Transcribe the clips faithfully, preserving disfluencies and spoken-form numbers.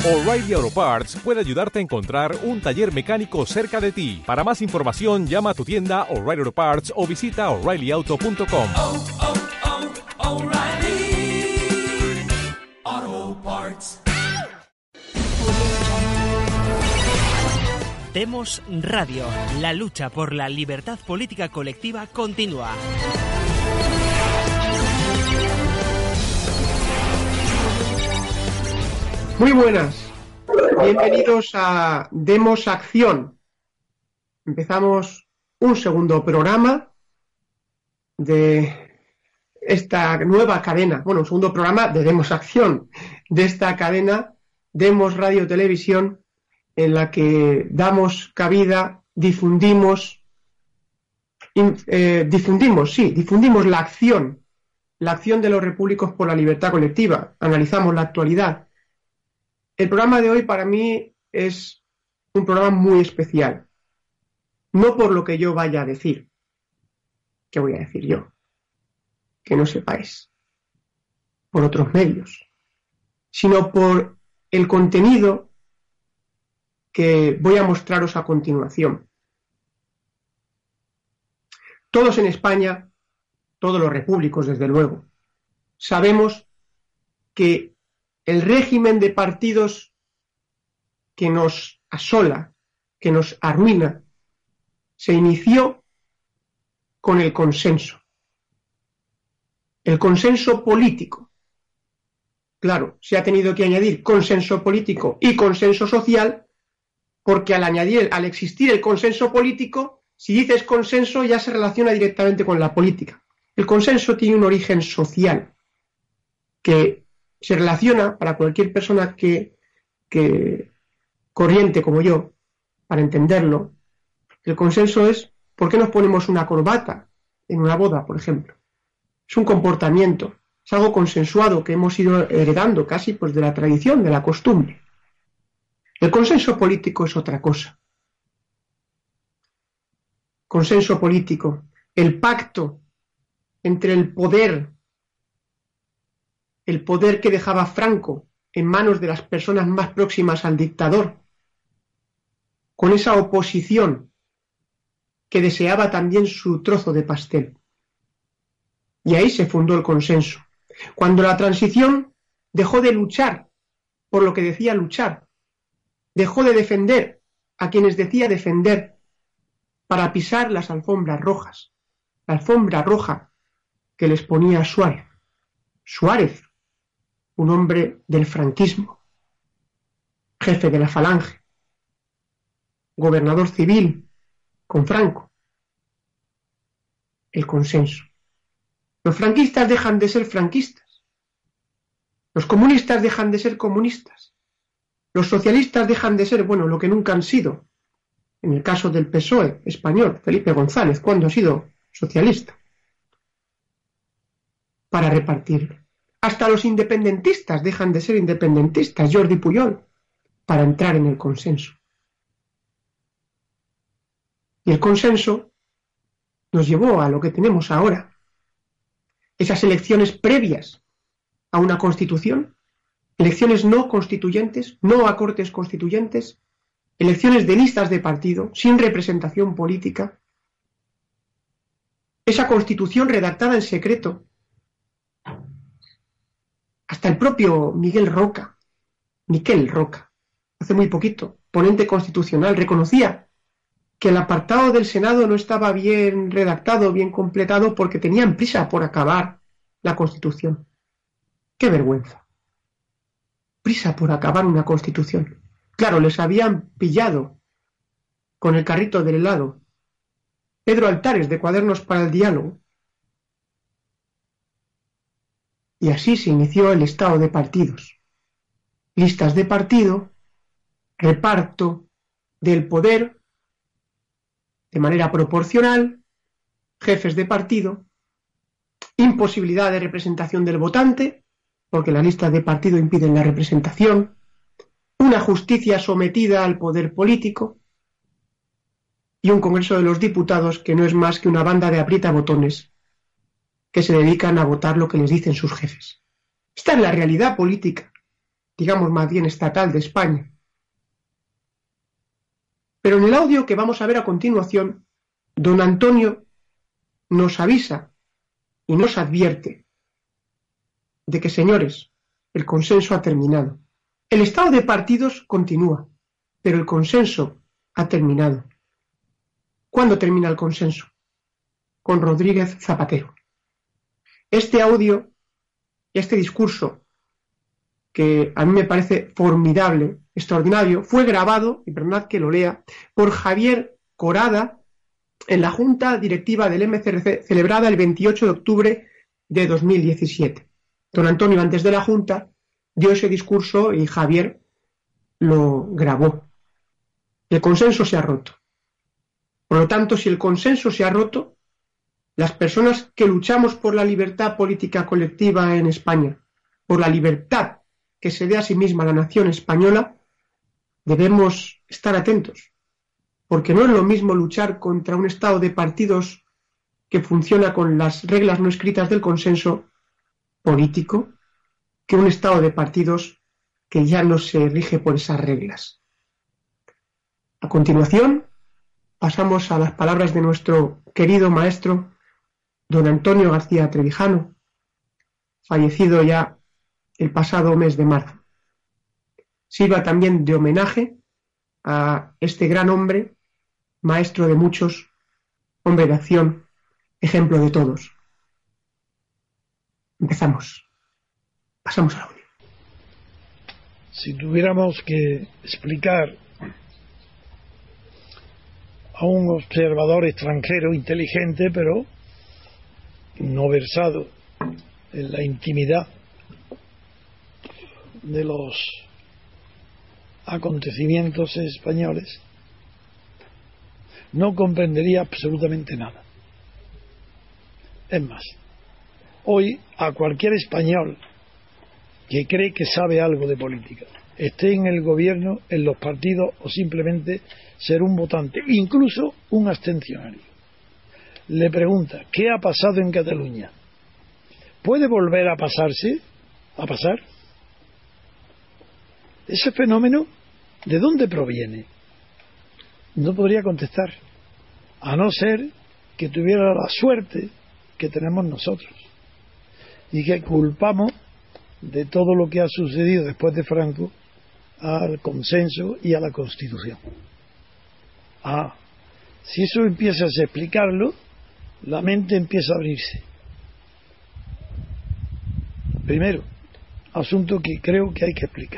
O'Reilly Auto Parts puede ayudarte a encontrar un taller mecánico cerca de ti. Para más información, llama a tu tienda O'Reilly Auto Parts o visita O'Reilly Auto punto com. Oh, oh, oh, O'Reilly Auto Parts. Demos Radio. La lucha por la libertad política colectiva continúa. Muy buenas, bienvenidos a Demos Acción. Empezamos un segundo programa de esta nueva cadena, bueno, un segundo programa de Demos Acción, de esta cadena Demos Radio Televisión, en la que damos cabida, difundimos, eh, difundimos, sí, difundimos la acción, la acción de los repúblicos por la libertad colectiva, analizamos la actualidad. El programa de hoy para mí es un programa muy especial. No por lo que yo vaya a decir. ¿Qué voy a decir yo? Que no sepáis. Por otros medios. Sino por el contenido que voy a mostraros a continuación. Todos en España, todos los repúblicos desde luego, sabemos que el régimen de partidos que nos asola, que nos arruina, se inició con el consenso. El consenso político. Claro, se ha tenido que añadir consenso político y consenso social, porque al añadir, al existir el consenso político, si dices consenso ya se relaciona directamente con la política. El consenso tiene un origen social, que se relaciona para cualquier persona que, que corriente como yo, para entenderlo. El consenso es ¿por qué nos ponemos una corbata en una boda, por ejemplo? Es un comportamiento, es algo consensuado que hemos ido heredando casi pues de la tradición, de la costumbre. El consenso político es otra cosa. Consenso político, el pacto entre el poder el poder que dejaba Franco en manos de las personas más próximas al dictador, con esa oposición que deseaba también su trozo de pastel. Y ahí se fundó el consenso. Cuando la transición dejó de luchar por lo que decía luchar, dejó de defender a quienes decía defender para pisar las alfombras rojas, la alfombra roja que les ponía Suárez. Suárez, un hombre del franquismo, jefe de la Falange, gobernador civil con Franco. El consenso. Los franquistas dejan de ser franquistas. Los comunistas dejan de ser comunistas. Los socialistas dejan de ser, bueno, lo que nunca han sido. En el caso del P S O E español, Felipe González, ¿cuándo ha sido socialista? Para repartirlo. Hasta los independentistas dejan de ser independentistas, Jordi Pujol, para entrar en el consenso. Y el consenso nos llevó a lo que tenemos ahora. Esas elecciones previas a una constitución, elecciones no constituyentes, no a cortes constituyentes, elecciones de listas de partido, sin representación política. Esa constitución redactada en secreto. Hasta el propio Miguel Roca, Miquel Roca, hace muy poquito, ponente constitucional, reconocía que el apartado del Senado no estaba bien redactado, bien completado, porque tenían prisa por acabar la Constitución. ¡Qué vergüenza! Prisa por acabar una Constitución. Claro, les habían pillado con el carrito del helado. Pedro Altares, de Cuadernos para el Diálogo. Y así se inició el estado de partidos. Listas de partido, reparto del poder de manera proporcional, jefes de partido, imposibilidad de representación del votante, porque las listas de partido impiden la representación, una justicia sometida al poder político y un Congreso de los Diputados que no es más que una banda de aprietabotones que se dedican a votar lo que les dicen sus jefes. Esta es la realidad política digamos más bien estatal de España. Pero en el audio que vamos a ver a continuación, don Antonio nos avisa y nos advierte de que, señores, el consenso ha terminado. El estado de partidos continúa, pero el consenso ha terminado. ¿Cuándo termina el consenso? Con Rodríguez Zapatero. Este audio, este discurso, que a mí me parece formidable, extraordinario, fue grabado, y perdonad que lo lea, por Javier Corada en la Junta Directiva del M C R C celebrada el veintiocho de octubre de dos mil diecisiete. Don Antonio, antes de la Junta, dio ese discurso y Javier lo grabó. El consenso se ha roto. Por lo tanto, si el consenso se ha roto, las personas que luchamos por la libertad política colectiva en España, por la libertad que se dé a sí misma la nación española, debemos estar atentos, porque no es lo mismo luchar contra un estado de partidos que funciona con las reglas no escritas del consenso político que un estado de partidos que ya no se rige por esas reglas. A continuación, pasamos a las palabras de nuestro querido maestro, don Antonio García Trevijano, fallecido ya el pasado mes de marzo. Sirva también de homenaje a este gran hombre, maestro de muchos, hombre de acción, ejemplo de todos. Empezamos. Pasamos al audio. Si tuviéramos que explicar a un observador extranjero inteligente, pero no versado en la intimidad de los acontecimientos españoles, no comprendería absolutamente nada. Es más, hoy a cualquier español que cree que sabe algo de política, esté en el gobierno, en los partidos o simplemente ser un votante, incluso un abstencionario, le pregunta ¿qué ha pasado en Cataluña? ¿Puede volver a pasarse? ¿A pasar? ¿Ese fenómeno de dónde proviene? No podría contestar, a no ser que tuviera la suerte que tenemos nosotros y que culpamos de todo lo que ha sucedido después de Franco al consenso y a la Constitución. Ah, si eso empiezas a explicarlo, la mente empieza a abrirse. Primero, asunto que creo que hay que explicar.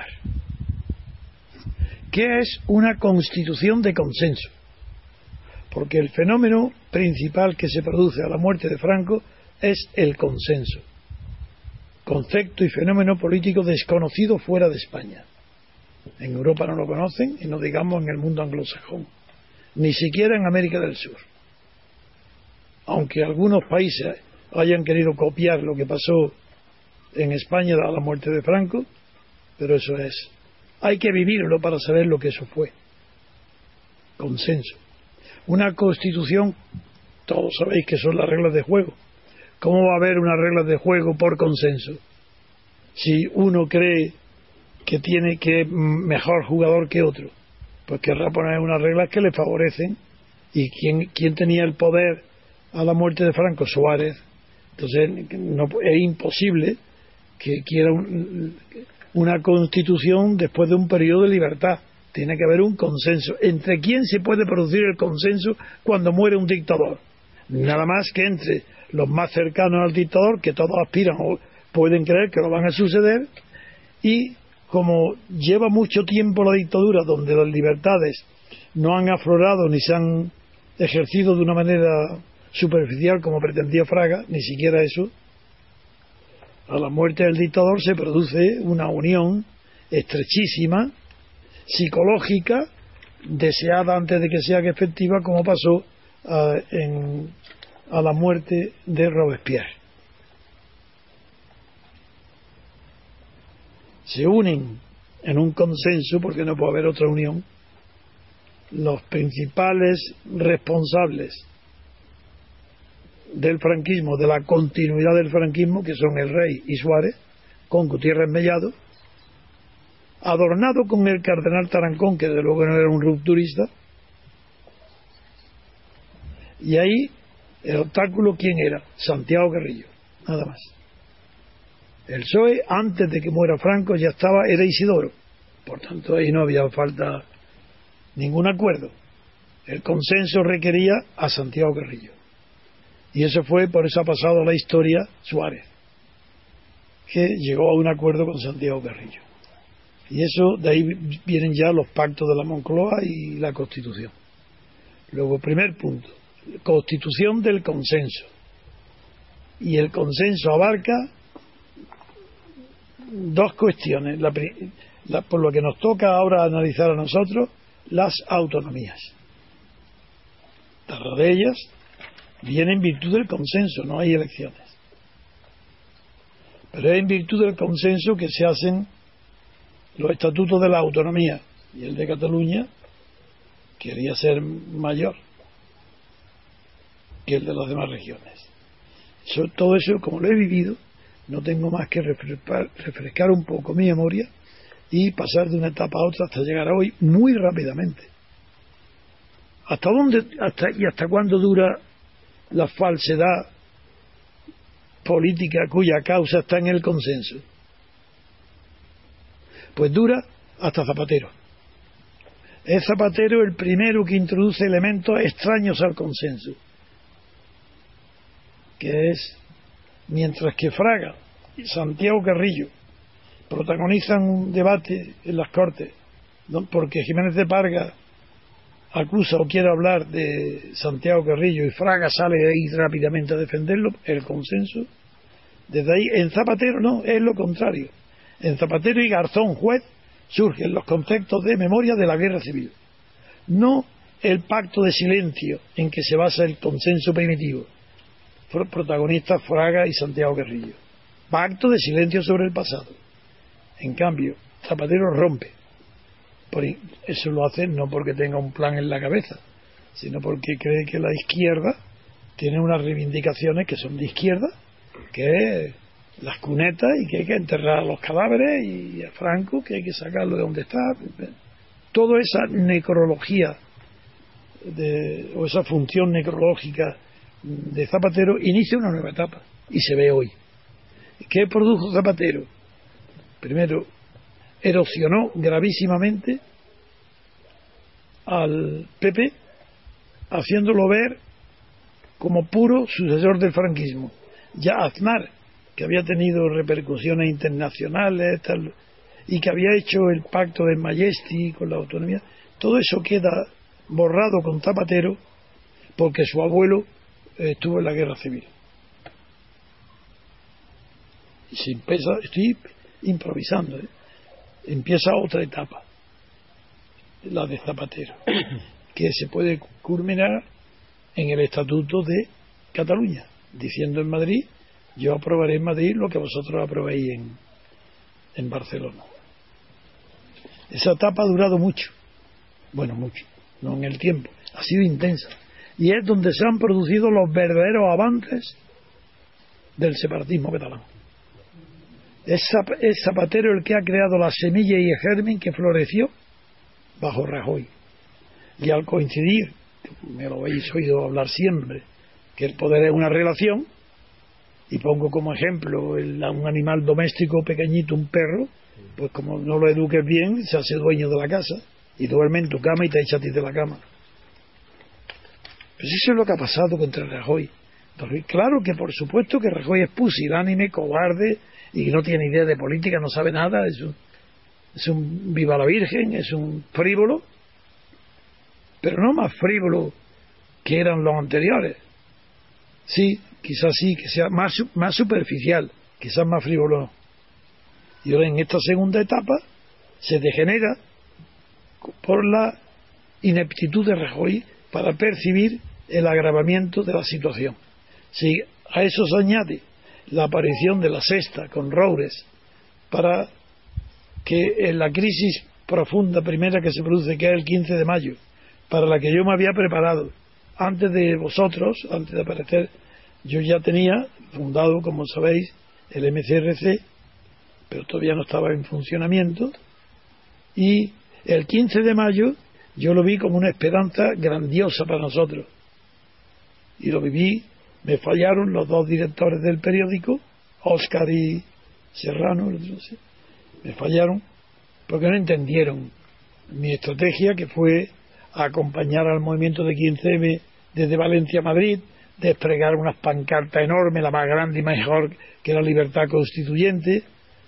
¿Qué es una constitución de consenso? Porque el fenómeno principal que se produce a la muerte de Franco es el consenso. Concepto y fenómeno político desconocido fuera de España. En Europa no lo conocen, y no digamos en el mundo anglosajón, ni siquiera en América del Sur. Aunque algunos países hayan querido copiar lo que pasó en España a la muerte de Franco, pero eso es, hay que vivirlo para saber lo que eso fue. Consenso. Una constitución, todos sabéis que son las reglas de juego. ¿Cómo va a haber unas reglas de juego por consenso? Si uno cree que tiene que es mejor jugador que otro, pues querrá poner unas reglas que le favorecen. ¿Y quién, quién tenía el poder a la muerte de Franco? Suárez. Entonces no, es imposible que quiera un, una constitución después de un periodo de libertad. Tiene que haber un consenso. ¿Entre quién se puede producir el consenso cuando muere un dictador? Nada más que entre los más cercanos al dictador, que todos aspiran o pueden creer que lo van a suceder, y como lleva mucho tiempo la dictadura, donde las libertades no han aflorado ni se han ejercido de una manera superficial como pretendía Fraga, ni siquiera eso, a la muerte del dictador se produce una unión estrechísima, psicológica, deseada antes de que se haga efectiva, como pasó uh, en, a la muerte de Robespierre. Se unen en un consenso, porque no puede haber otra unión, los principales responsables del franquismo, de la continuidad del franquismo, que son el Rey y Suárez, con Gutiérrez Mellado, adornado con el cardenal Tarancón, que de luego no era un rupturista, y ahí el obstáculo, ¿quién era? Santiago Carrillo, nada más. El P S O E, antes de que muera Franco, ya estaba, era Isidoro, por tanto ahí no había falta ningún acuerdo. El consenso requería a Santiago Carrillo, y eso fue, por eso ha pasado a la historia Suárez, que llegó a un acuerdo con Santiago Carrillo. Y eso, de ahí vienen ya los pactos de la Moncloa y la Constitución. Luego, primer punto, Constitución del consenso. Y el consenso abarca dos cuestiones. La, la, por lo que nos toca ahora analizar a nosotros, las autonomías. Tras de ellas viene en virtud del consenso, no hay elecciones. Pero es en virtud del consenso que se hacen los estatutos de la autonomía, y el de Cataluña quería ser mayor que el de las demás regiones. Eso, todo eso, como lo he vivido, no tengo más que refrescar, refrescar un poco mi memoria y pasar de una etapa a otra hasta llegar a hoy muy rápidamente. ¿Hasta dónde hasta, y hasta cuándo dura la falsedad política cuya causa está en el consenso? Pues dura hasta Zapatero. Es Zapatero el primero que introduce elementos extraños al consenso, que es, mientras que Fraga y Santiago Carrillo protagonizan un debate en las Cortes, ¿no? Porque Jiménez de Parga acusa o quiere hablar de Santiago Carrillo y Fraga sale de ahí rápidamente a defenderlo, el consenso. Desde ahí, en Zapatero no, es lo contrario. En Zapatero y Garzón, juez, surgen los conceptos de memoria de la guerra civil. No el pacto de silencio en que se basa el consenso primitivo. Protagonistas Fraga y Santiago Carrillo. Pacto de silencio sobre el pasado. En cambio, Zapatero rompe. Por eso lo hace no porque tenga un plan en la cabeza, sino porque cree que la izquierda tiene unas reivindicaciones que son de izquierda, que es las cunetas y que hay que enterrar a los cadáveres, y a Franco que hay que sacarlo de donde está. Toda esa necrología de, o esa función necrológica de Zapatero inicia una nueva etapa y se ve hoy. ¿Qué produjo Zapatero? Primero, erosionó gravísimamente al P P, haciéndolo ver como puro sucesor del franquismo. Ya Aznar, que había tenido repercusiones internacionales tal, y que había hecho el pacto de Mayesti con la autonomía, todo eso queda borrado con Zapatero porque su abuelo eh, estuvo en la guerra civil. Y se empieza, estoy improvisando, ¿eh? Empieza otra etapa, la de Zapatero, que se puede culminar en el Estatuto de Cataluña, diciendo en Madrid: yo aprobaré en Madrid lo que vosotros aprobéis en, en Barcelona. Esa etapa ha durado mucho, bueno, mucho, no en el tiempo, ha sido intensa, y es donde se han producido los verdaderos avances del separatismo catalán. Es Zapatero el que ha creado la semilla y el germen que floreció bajo Rajoy. Y al coincidir, me lo habéis oído hablar siempre, que el poder es una relación, y pongo como ejemplo el, a un animal doméstico pequeñito, un perro, pues como no lo eduques bien, se hace dueño de la casa y duerme en tu cama y te echa a ti de la cama. Pues eso es lo que ha pasado contra Rajoy. Claro que por supuesto que Rajoy es pusilánime, cobarde, y no tiene idea de política, no sabe nada, es un, es un viva la Virgen, es un frívolo, pero no más frívolo que eran los anteriores. Sí, quizás sí, que sea más, más superficial, quizás más frívolo no. Y ahora en esta segunda etapa se degenera por la ineptitud de Rajoy para percibir el agravamiento de la situación. Si a eso se añade la aparición de la Sexta con Roures, para que en la crisis profunda primera que se produce, que es el quince de mayo, para la que yo me había preparado antes de vosotros, antes de aparecer, yo ya tenía fundado, como sabéis, el M C R C, pero todavía no estaba en funcionamiento, Y el quince de mayo yo lo vi como una esperanza grandiosa para nosotros. Y lo viví, me fallaron los dos directores del periódico, Óscar y Serrano, no sé, me fallaron porque no entendieron mi estrategia, que fue acompañar al movimiento de quince eme desde Valencia a Madrid, desplegar unas pancartas enormes, la más grande y mejor, que la libertad constituyente.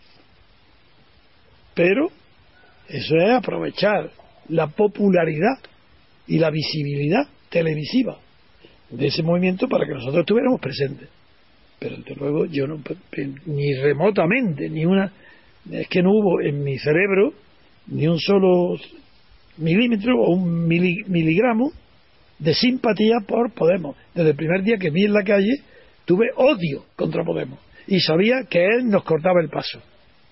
Pero eso es aprovechar la popularidad y la visibilidad televisiva de ese movimiento para que nosotros estuviéramos presentes. Pero desde luego yo no, ni remotamente, ni una, es que no hubo en mi cerebro ni un solo milímetro o un mili, miligramo de simpatía por Podemos. Desde el primer día que vi en la calle tuve odio contra Podemos y sabía que él nos cortaba el paso.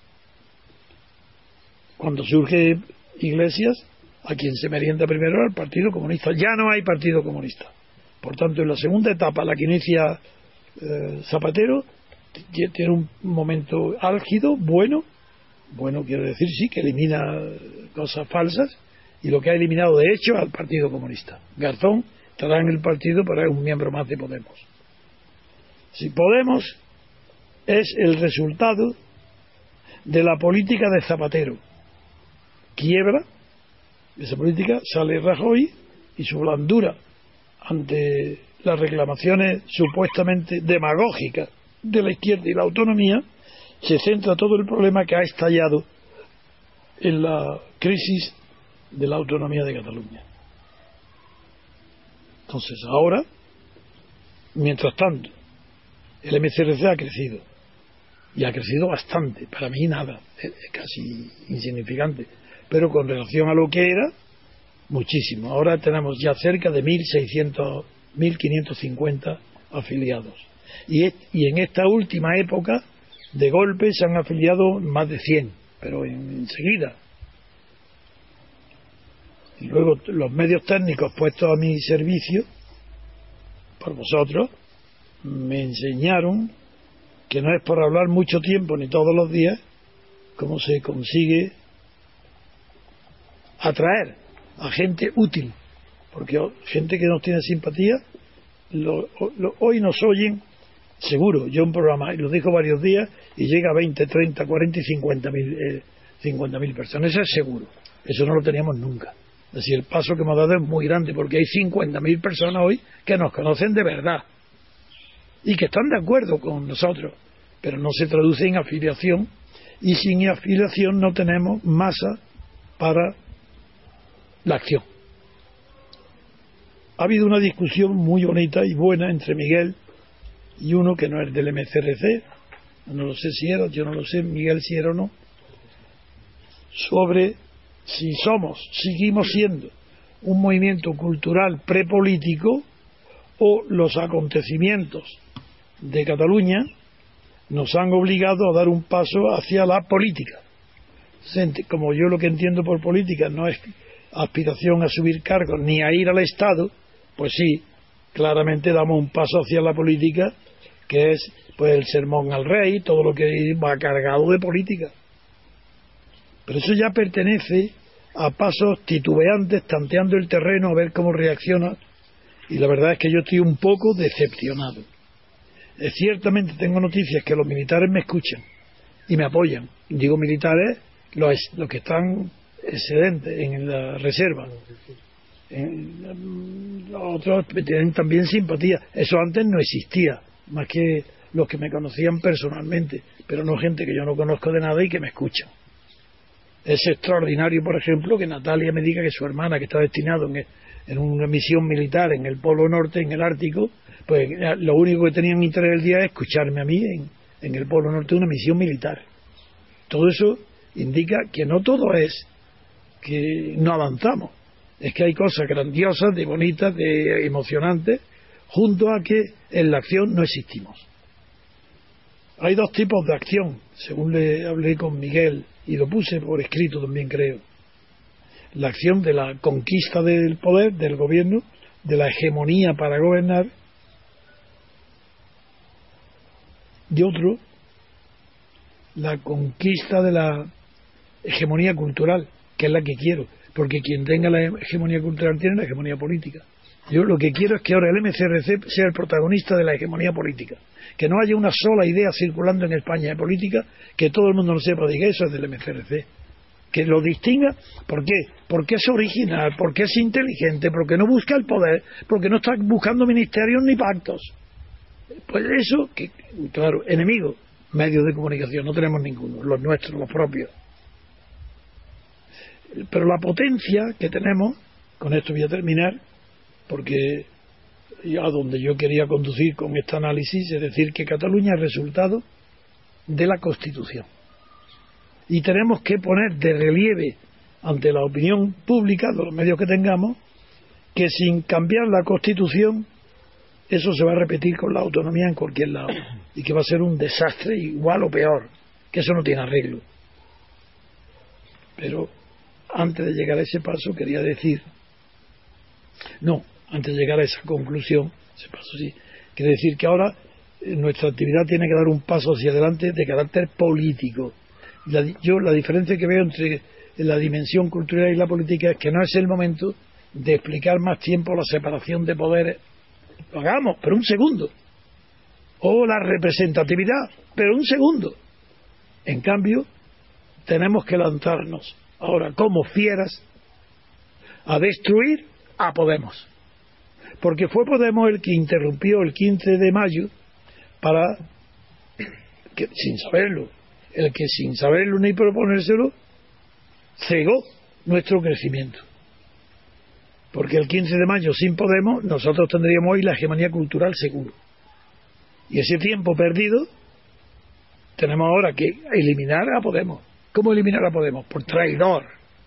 Cuando surge Iglesias, a quien se merienda primero era el Partido Comunista. Ya no hay Partido Comunista. Por tanto, en la segunda etapa, la que inicia eh, Zapatero, tiene un momento álgido, bueno, bueno quiero decir, sí, que elimina cosas falsas, y lo que ha eliminado de hecho al Partido Comunista. Garzón estará en el partido, pero es un miembro más de Podemos. Si Podemos es el resultado de la política de Zapatero. Quiebra esa política, sale Rajoy y su blandura ante las reclamaciones supuestamente demagógicas de la izquierda y la autonomía, se centra todo el problema que ha estallado en la crisis de la autonomía de Cataluña. Entonces ahora, mientras tanto, el eme ce erre ce ha crecido, y ha crecido bastante, para mí nada, es casi insignificante, pero con relación a lo que era, muchísimo. Ahora tenemos ya cerca de mil seiscientos, mil quinientos cincuenta afiliados, y, es, y en esta última época de golpe se han afiliado más de cien, pero en, enseguida. Y luego los medios técnicos puestos a mi servicio por vosotros me enseñaron que no es por hablar mucho tiempo ni todos los días cómo se consigue atraer a gente útil, porque gente que no tiene simpatía lo, lo, hoy nos oyen seguro, yo un programa, y lo dijo varios días, y llega a veinte, treinta, cuarenta y cincuenta mil eh, cincuenta mil personas, eso es seguro, eso no lo teníamos nunca. Es decir, el paso que hemos dado es muy grande, porque hay cincuenta mil personas hoy que nos conocen de verdad y que están de acuerdo con nosotros, pero no se traduce en afiliación, y sin afiliación no tenemos masa para la acción. Ha habido una discusión muy bonita y buena entre Miguel y uno que no es del eme ce erre ce, no lo sé si era, yo no lo sé, Miguel si era o no, sobre si somos, seguimos siendo un movimiento cultural prepolítico o los acontecimientos de Cataluña nos han obligado a dar un paso hacia la política. Como yo lo que entiendo por política no es aspiración a subir cargos ni a ir al Estado, pues sí, claramente damos un paso hacia la política, que es pues el sermón al rey, todo lo que va cargado de política. Pero eso ya pertenece a pasos titubeantes, tanteando el terreno a ver cómo reacciona, y la verdad es que yo estoy un poco decepcionado. Eh, ciertamente tengo noticias que los militares me escuchan y me apoyan. Digo militares, los, los que están excedentes en la reserva. En, los otros tienen también simpatía. Eso antes no existía, más que los que me conocían personalmente, pero no gente que yo no conozco de nada y que me escuchan. Es extraordinario, por ejemplo, que Natalia me diga que su hermana, que está destinado en, en una misión militar en el Polo Norte, en el Ártico, pues lo único que tenían interés el día es escucharme a mí en, en el Polo Norte, una misión militar. Todo eso indica que no todo es que no avanzamos, es que hay cosas grandiosas, de bonitas, de emocionantes, junto a que en la acción no existimos. Hay dos tipos de acción, según le hablé con Miguel, y lo puse por escrito también, creo. La acción de la conquista del poder, del gobierno, de la hegemonía para gobernar, y otro, la conquista de la hegemonía cultural, que es la que quiero, porque quien tenga la hegemonía cultural tiene la hegemonía política. Yo lo que quiero es que ahora el M C R C sea el protagonista de la hegemonía política, que no haya una sola idea circulando en España de política, que todo el mundo no sepa, diga eso es del M C R C, que lo distinga. ¿Por qué? Porque es original, porque es inteligente, porque no busca el poder, porque no está buscando ministerios ni pactos. Pues eso, que claro, enemigos, medios de comunicación, no tenemos ninguno, los nuestros, los propios. Pero la potencia que tenemos, con esto voy a terminar, porque a donde yo quería conducir con este análisis, es decir, que Cataluña es resultado de la Constitución. Y tenemos que poner de relieve ante la opinión pública, de los medios que tengamos, que sin cambiar la Constitución, eso se va a repetir con la autonomía en cualquier lado, y que va a ser un desastre igual o peor, que eso no tiene arreglo. Pero antes de llegar a ese paso quería decir, no, antes de llegar a esa conclusión, ese paso sí, quiere decir que ahora eh, nuestra actividad tiene que dar un paso hacia adelante de carácter político. La, yo la diferencia que veo entre la dimensión cultural y la política es que no es el momento de explicar más tiempo la separación de poderes. Lo hagamos, pero un segundo. O la representatividad, pero un segundo. En cambio, tenemos que lanzarnos ahora como fieras a destruir a Podemos, porque fue Podemos el que interrumpió el quince de mayo para que, sin saberlo, el que sin saberlo ni proponérselo cegó nuestro crecimiento, porque el quince de mayo sin Podemos nosotros tendríamos hoy la hegemonía cultural seguro, y ese tiempo perdido tenemos ahora que eliminar a Podemos. ¿Cómo eliminar a Podemos? Por traidor.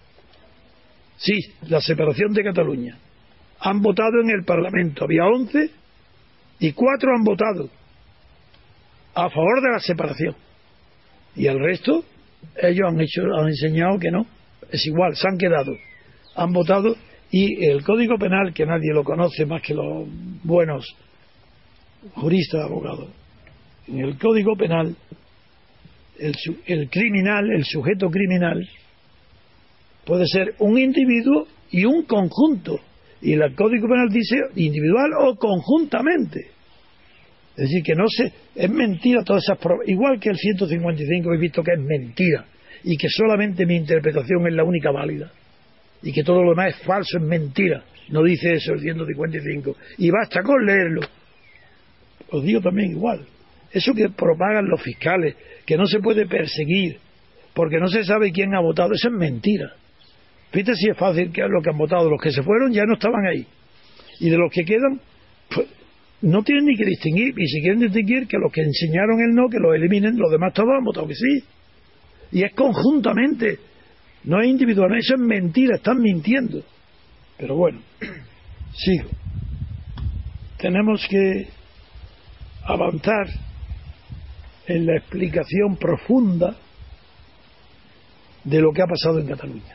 Sí, la separación de Cataluña. Han votado en el Parlamento, había once y cuatro han votado a favor de la separación. Y el resto, ellos han hecho, han enseñado que no, es igual, se han quedado. Han votado y el Código Penal, que nadie lo conoce más que los buenos juristas, abogados. En el Código Penal, el, el criminal, el sujeto criminal, puede ser un individuo y un conjunto, y el Código Penal dice individual o conjuntamente. Es decir, que no se, es mentira todas esas pruebas, igual que el ciento cincuenta y cinco he visto que es mentira y que solamente mi interpretación es la única válida y que todo lo demás es falso, es mentira. No dice eso el ciento cincuenta y cinco, y basta con leerlo. Os digo también igual, eso que propagan los fiscales, que no se puede perseguir porque no se sabe quién ha votado, eso es mentira. Fíjate si es fácil, que lo que han votado, los que se fueron ya no estaban ahí, y de los que quedan pues no tienen ni que distinguir, y si quieren distinguir, que los que enseñaron el no, que los eliminen, los demás todos han votado que sí, y es conjuntamente, no es individualmente, eso es mentira, están mintiendo. Pero bueno, sigo. Tenemos que avanzar en la explicación profunda de lo que ha pasado en Cataluña.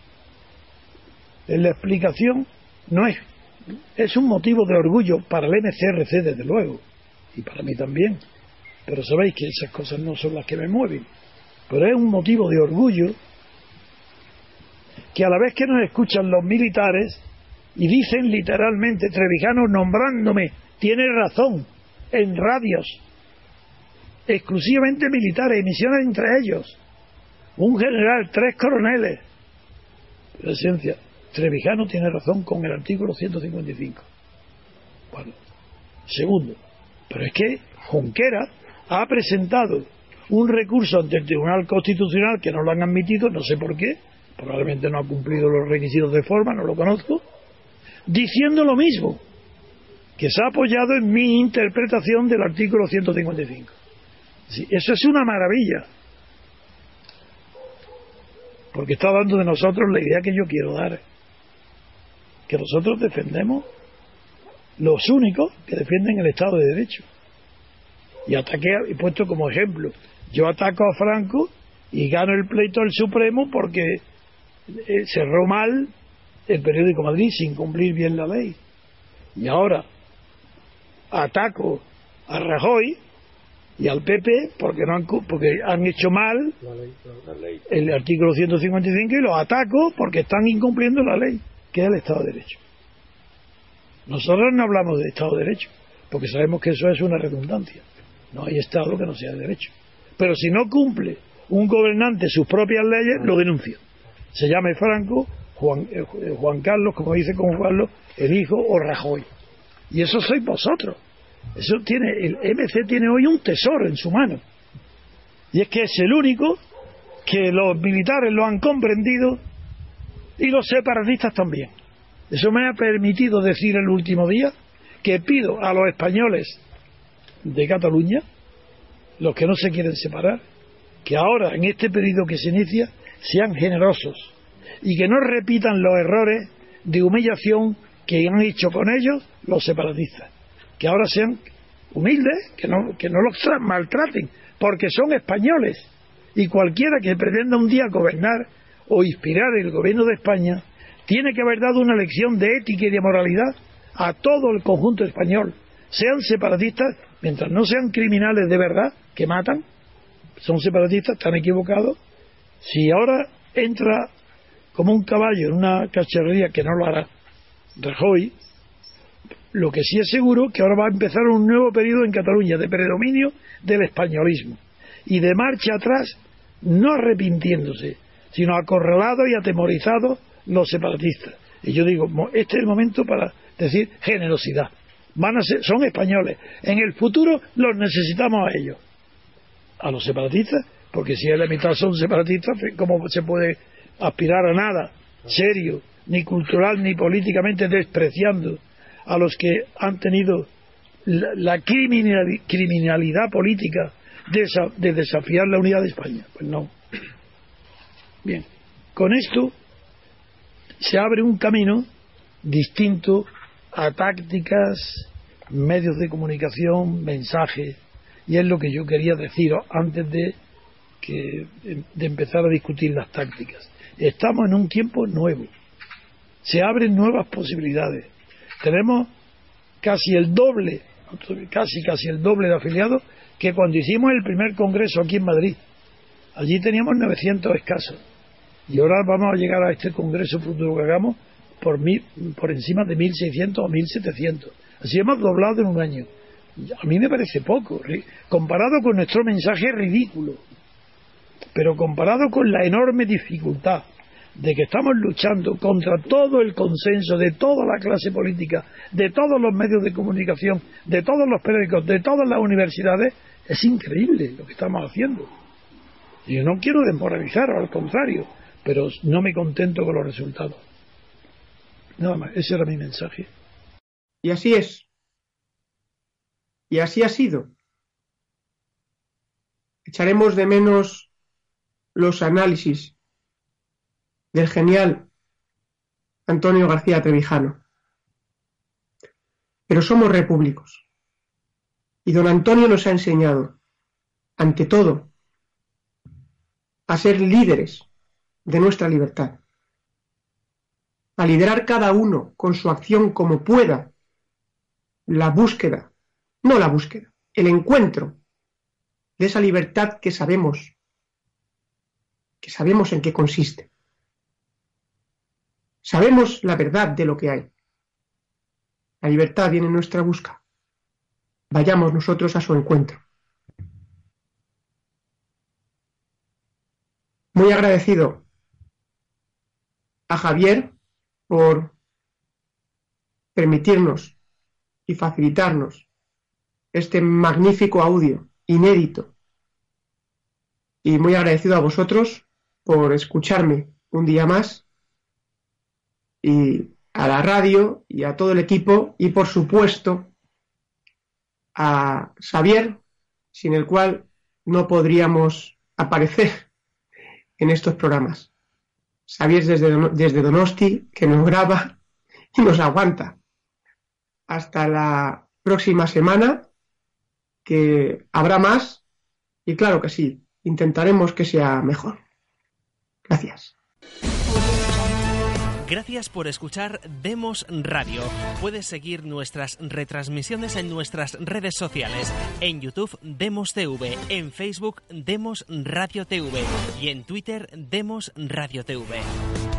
En la explicación no es, es un motivo de orgullo para el M C R C desde luego, y para mí también, pero sabéis que esas cosas no son las que me mueven, pero es un motivo de orgullo que a la vez que nos escuchan los militares y dicen literalmente, Trevijano nombrándome, tiene razón, en radios exclusivamente militares, emisiones entre ellos, un general, tres coroneles, presencia. Trevijano tiene razón con el artículo ciento cincuenta y cinco. Bueno, segundo, pero es que Junqueras ha presentado un recurso ante el Tribunal Constitucional que no lo han admitido, no sé por qué, probablemente no ha cumplido los requisitos de forma, no lo conozco, diciendo lo mismo, que se ha apoyado en mi interpretación del artículo ciento cincuenta y cinco. Sí, eso es una maravilla, porque está dando de nosotros la idea que yo quiero dar, que nosotros defendemos, los únicos que defienden el Estado de Derecho. Y ataqué, y puesto como ejemplo, yo ataco a Franco y gano el pleito al Supremo porque eh, cerró mal el periódico Madrid sin cumplir bien la ley. Y ahora ataco a Rajoy y al P P porque no han, porque han hecho mal el artículo ciento cincuenta y cinco y los ataco porque están incumpliendo la ley, que es el Estado de Derecho. Nosotros no hablamos de Estado de Derecho porque sabemos que eso es una redundancia. No hay Estado que no sea de derecho. Pero si no cumple un gobernante sus propias leyes, lo denuncia. Se llame Franco, Juan, eh, Juan Carlos, como dice con Juan Carlos, el hijo, o Rajoy. Y eso sois vosotros. Eso tiene, el M C tiene hoy un tesoro en su mano. Y es que es el único que los militares lo han comprendido y los separatistas también. Eso me ha permitido decir el último día que pido a los españoles de Cataluña, los que no se quieren separar, que ahora, en este periodo que se inicia, sean generosos y que no repitan los errores de humillación que han hecho con ellos los separatistas. Que ahora sean humildes, que no, que no los maltraten, porque son españoles. Y cualquiera que pretenda un día gobernar o inspirar el gobierno de España tiene que haber dado una lección de ética y de moralidad a todo el conjunto español. Sean separatistas, mientras no sean criminales de verdad, que matan, son separatistas, están equivocados. Si ahora entra como un caballo en una cacharrería, que no lo hará Rajoy, lo que sí es seguro que ahora va a empezar un nuevo periodo en Cataluña de predominio del españolismo y de marcha atrás, no arrepintiéndose, sino acorralados y atemorizados los separatistas. Y yo digo, este es el momento para decir generosidad. Van a ser, son españoles. En el futuro los necesitamos a ellos, a los separatistas, porque si la mitad son separatistas, ¿cómo se puede aspirar a nada serio, ni cultural, ni políticamente, despreciando a los que han tenido la, la criminalidad, criminalidad política de, esa, de desafiar la unidad de España? Pues no. Bien, con esto se abre un camino distinto a tácticas, medios de comunicación, mensajes, y es lo que yo quería deciros antes de, que, de empezar a discutir las tácticas. Estamos en un tiempo nuevo, se abren nuevas posibilidades, tenemos casi el doble, casi casi el doble de afiliados que cuando hicimos el primer congreso aquí en Madrid. Allí teníamos novecientos escasos, y ahora vamos a llegar a este congreso futuro que hagamos por, mil, por encima de mil seiscientos o mil setecientos. Así hemos doblado en un año. A mí me parece poco, comparado con nuestro mensaje ridículo, pero comparado con la enorme dificultad de que estamos luchando contra todo el consenso de toda la clase política, de todos los medios de comunicación, de todos los periódicos, de todas las universidades, es increíble lo que estamos haciendo. Yo no quiero desmoralizar, al contrario, pero no me contento con los resultados. Nada más, ese era mi mensaje. Y así es. Y así ha sido. Echaremos de menos los análisis del genial Antonio García Trevijano. Pero somos repúblicos. Y don Antonio nos ha enseñado, ante todo, a ser líderes de nuestra libertad, a liderar cada uno con su acción como pueda la búsqueda, no la búsqueda, el encuentro de esa libertad que sabemos, que sabemos en qué consiste. Sabemos la verdad de lo que hay. La libertad viene en nuestra busca. Vayamos nosotros a su encuentro. Muy agradecido a Javier por permitirnos y facilitarnos este magnífico audio, inédito. Y muy agradecido a vosotros por escucharme un día más, y a la radio y a todo el equipo, y por supuesto a Xavier, sin el cual no podríamos aparecer en estos programas. Xavier desde, desde Donosti, que nos graba y nos aguanta. Hasta la próxima semana, que habrá más, y claro que sí, intentaremos que sea mejor. Gracias. Gracias por escuchar Demos Radio. Puedes seguir nuestras retransmisiones en nuestras redes sociales. En YouTube, Demos T V. En Facebook, Demos Radio T V. Y en Twitter, Demos Radio T V.